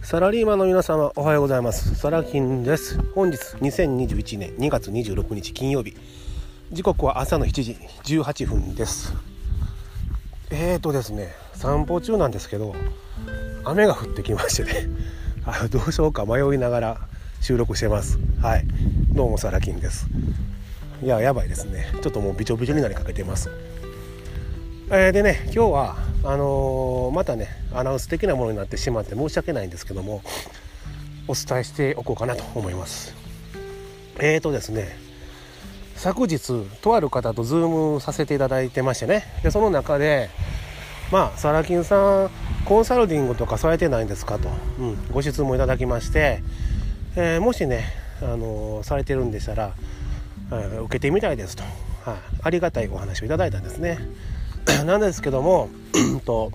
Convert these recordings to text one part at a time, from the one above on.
サラリーマンの皆様おはようございます。サラキンです。本日2021年2月26日金曜日、時刻は朝の7時18分です。ですね、散歩中なんですけど雨が降ってきましてねどうしようか迷いながら収録してます。はい、どうもサラキンです。いや、やばいですね。ちょっともうびちょびちょになりかけてます。でね、今日はまたねアナウンス的なものになってしまって申し訳ないんですけども、お伝えしておこうかなと思います。ですね、昨日とある方とズームさせていただいてましてね、でその中でサラキンさんコンサルティングとかされてないんですかと、ご質問いただきまして、もしねされてるんでしたら、受けてみたいですと、ありがたいお話をいただいたんですね。なんですけどもこ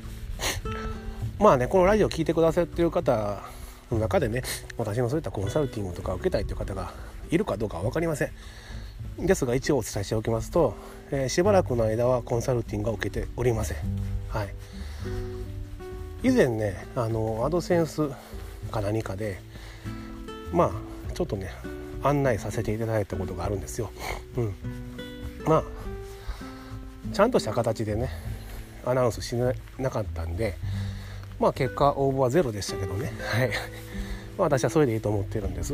のラジオを聞いてくださっている方の中でね、私のそういったコンサルティングとか受けたいという方がいるかどうかは分かりません。ですが一応お伝えしておきますと、しばらくの間はコンサルティングは受けておりません。以前ねアドセンスか何かでちょっとね案内させていただいたことがあるんですよ。ちゃんとした形でねアナウンスしなかったんで、結果応募はゼロでしたけどね、私はそれでいいと思ってるんです。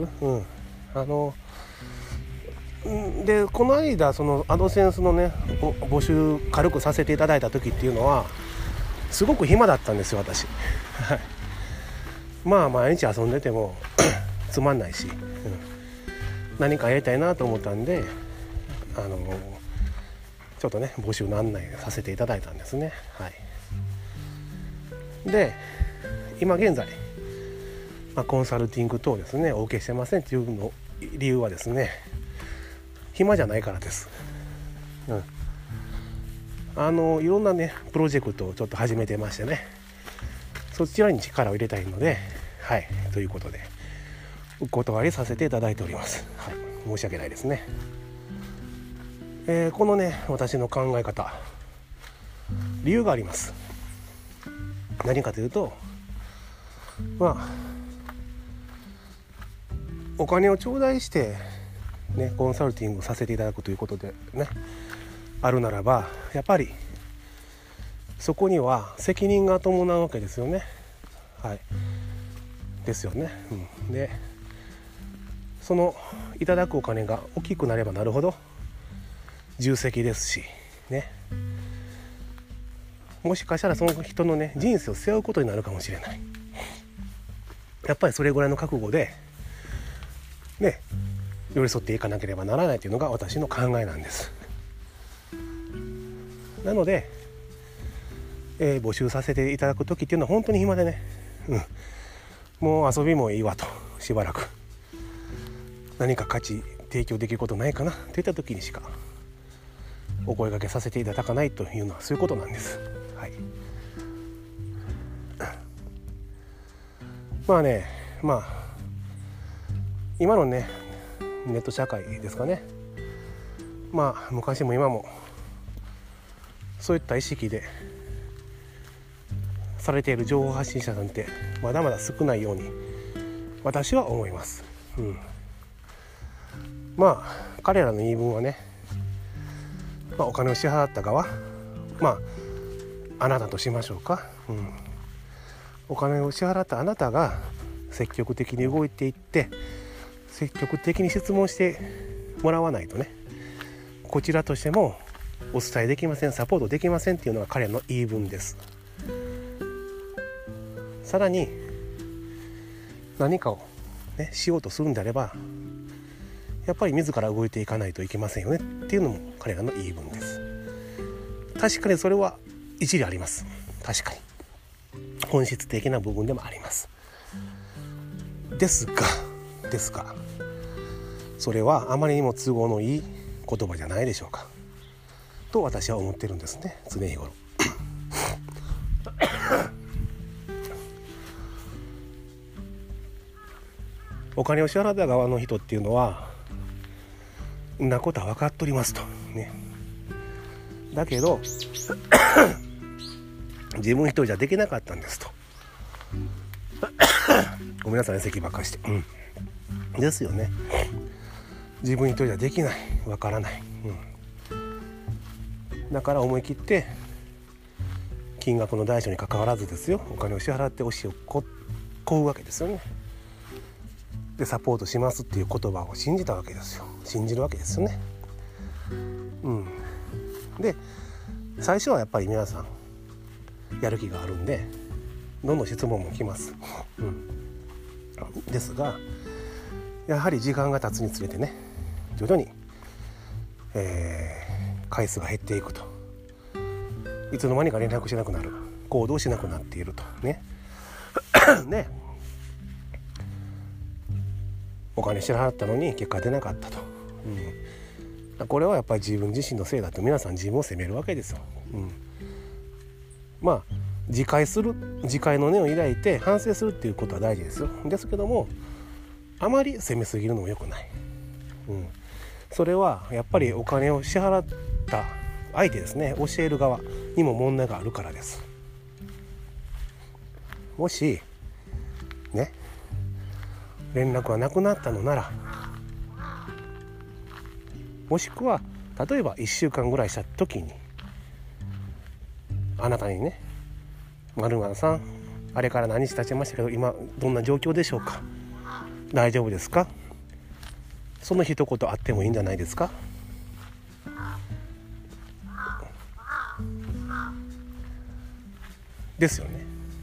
でこの間そのアドセンスのね募集軽くさせていただいた時っていうのはすごく暇だったんですよ、私。毎日遊んでてもつまんないし、何かやりたいなと思ったんでちょっとね募集の案内させていただいたんですね。で今現在、コンサルティング等ですねお受けしてませんっていうの理由はですね、暇じゃないからです。いろんなねプロジェクトをちょっと始めてましてね、そちらに力を入れたいので、ということでお断りさせていただいております。申し訳ないですね。このね私の考え方、理由があります。何かというと、お金を頂戴してねコンサルティングさせていただくということでねあるならば、やっぱりそこには責任が伴うわけですよね。ですよね。でそのいただくお金が大きくなればなるほど重責ですしね、もしかしたらその人のね人生を背負うことになるかもしれない。やっぱりそれぐらいの覚悟でね寄り添っていかなければならないというのが私の考えなんです。なので、募集させていただく時っていうのは本当に暇でね、もう遊びもいいわと、しばらく何か価値提供できることないかなといった時にしかお声掛けさせていただかないというのはそういうことなんです。今のねネット社会ですかね、昔も今もそういった意識でされている情報発信者さんってまだまだ少ないように私は思います。彼らの言い分はね、お金を支払った側、あなたとしましょうか、お金を支払ったあなたが積極的に動いていって積極的に質問してもらわないとね、こちらとしてもお伝えできません、サポートできませんっていうのが彼の言い分です。さらに何かを、しようとするんであればやっぱり自ら動いていかないといけませんよねっていうのも彼らの言い分です。確かにそれは一理あります。確かに本質的な部分でもあります。ですがそれはあまりにも都合のいい言葉じゃないでしょうかと私は思ってるんですね、常日頃。お金を支払った側の人っていうのはんなことは分かっておりますとね。だけど自分一人じゃできなかったんですとごめんなさいね、咳ばっかりして、ですよね。自分一人じゃできない、わからない、だから思い切って金額の大小に関わらずですよ、お金を支払って教えを請うわけですよね。でサポートしますっていう言葉を信じたわけですよ。信じるわけですよね。で最初はやっぱり皆さんやる気があるんでどんどん質問も来ます、ですがやはり時間が経つにつれてね、徐々に、回数が減っていくと、いつの間にか連絡しなくなる、行動しなくなっているとねね、お金支払ったのに結果出なかったと、これはやっぱり自分自身のせいだと皆さん自分を責めるわけですよ。まあ自戒の念を抱いて反省するっていうことは大事ですよ。ですけどもあまり責めすぎるのも良くない、それはやっぱりお金を支払った相手ですね、教える側にも問題があるからです。もしね連絡がなくなったのなら、もしくは例えば1週間ぐらいした時にあなたにね、〇〇さんあれから何日経ちましたけど今どんな状況でしょうか、大丈夫ですか、その一言あってもいいんじゃないですか。ですよね。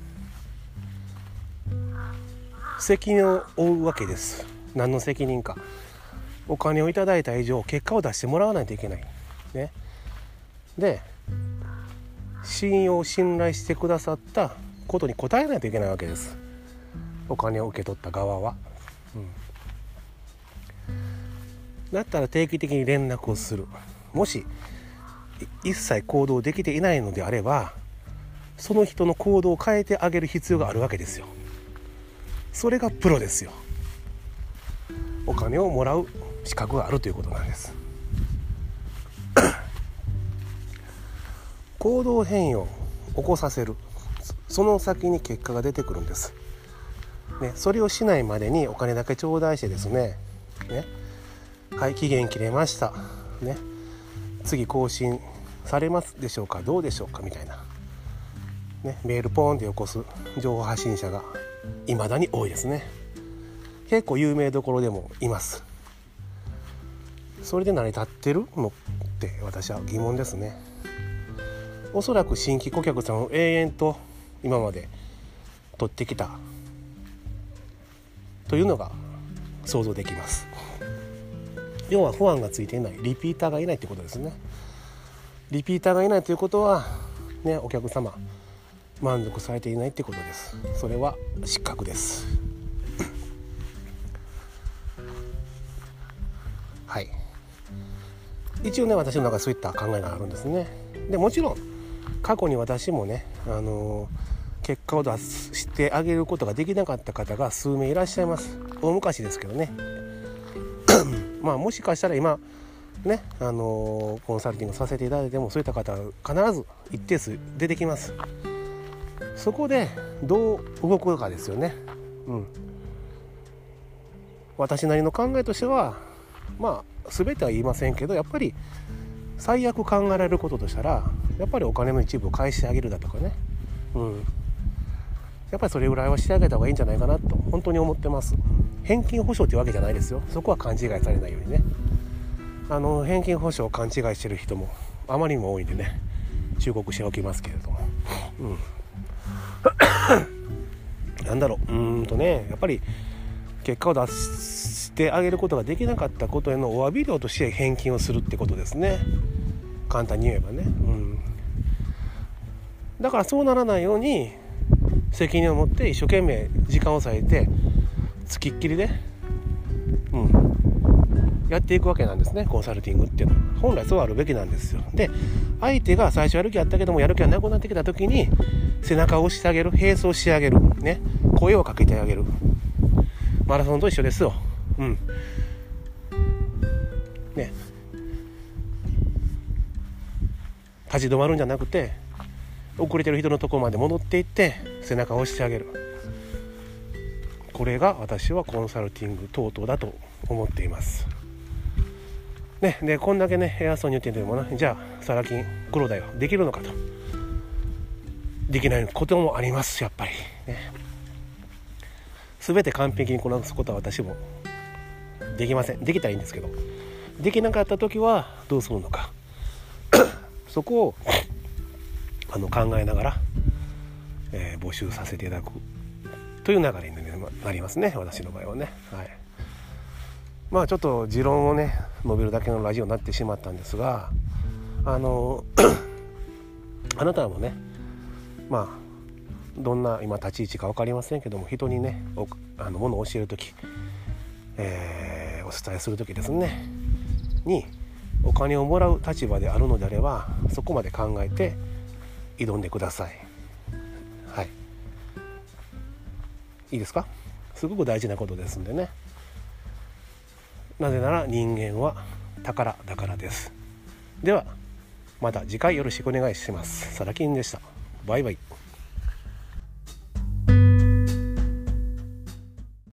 責任を負うわけです。何の責任か、お金をいただいた以上結果を出してもらわないといけない、ね、で信頼してくださったことに応えないといけないわけです、お金を受け取った側は、だったら定期的に連絡をする。もし一切行動できていないのであればその人の行動を変えてあげる必要があるわけですよ。それがプロですよ。お金をもらう資格があるということなんです行動変容を起こさせる、その先に結果が出てくるんです、それをしないまでにお金だけ頂戴してですね、はい期限切れました、次更新されますでしょうか、どうでしょうかみたいな、メールポーンって起こす情報発信者が未だに多いですね。結構有名どころでもいます。それで成り立ってるのって私は疑問ですね。おそらく新規顧客さんを永遠と今まで取ってきたというのが想像できます。要は不安がついていない、リピーターがいないということですね。リピーターがいないということは、お客様満足されていないということです。それは失格ですはい、一応私の中でそういった考えがあるんですね。でもちろん過去に私も結果を出してあげることができなかった方が数名いらっしゃいます。大昔ですけどねもしかしたら今コンサルティングさせていただいてもそういった方は必ず一定数出てきます。そこでどう動くかですよね。私なりの考えとしては全ては言いませんけど、やっぱり最悪考えられることとしたらやっぱりお金の一部を返してあげるだとかね、やっぱりそれぐらいはしてあげた方がいいんじゃないかなと本当に思ってます。返金保証っていうわけじゃないですよ。そこは勘違いされないようにね。返金保証を勘違いしてる人もあまりにも多いんでね、忠告しておきますけれども、やっぱり結果を出してあげることができなかったことへのお詫び料として返金をするってことですね。簡単に言えばね、だからそうならないように責任を持って一生懸命時間を割いて付きっきりで、やっていくわけなんですね。コンサルティングっていうのは本来そうあるべきなんですよ。で相手が最初やる気あったけどもやる気がなくなってきた時に背中を押してあげる、並走してあげる、声をかけてあげる。マラソンと一緒ですよ。立ち止まるんじゃなくて遅れてる人のところまで戻っていって背中を押してあげる。 これが私はコンサルティング等々だと思っています、ね、でこんだけね偉そうに言っててもな、じゃあサラ金黒だよできるのかと、できないこともあります。やっぱりね、全て完璧にこなすことは私もできません。できたらいいんですけど、できなかった時はどうするのかそこを考えながら、募集させていただくという流れになりますね、私の場合はね。はい、まあちょっと持論をね述べるだけのラジオになってしまったんですが、あなたもね、まあどんな今立ち位置か分かりませんけども、人にねものを教えるとき、お伝えするときですねにお金をもらう立場であるのであれば、そこまで考えて挑んでください。はい、いいですか。すごく大事なことですんでね。なぜなら人間は宝だからです。ではまた次回よろしくお願いします。サラキンでした。バイバイ。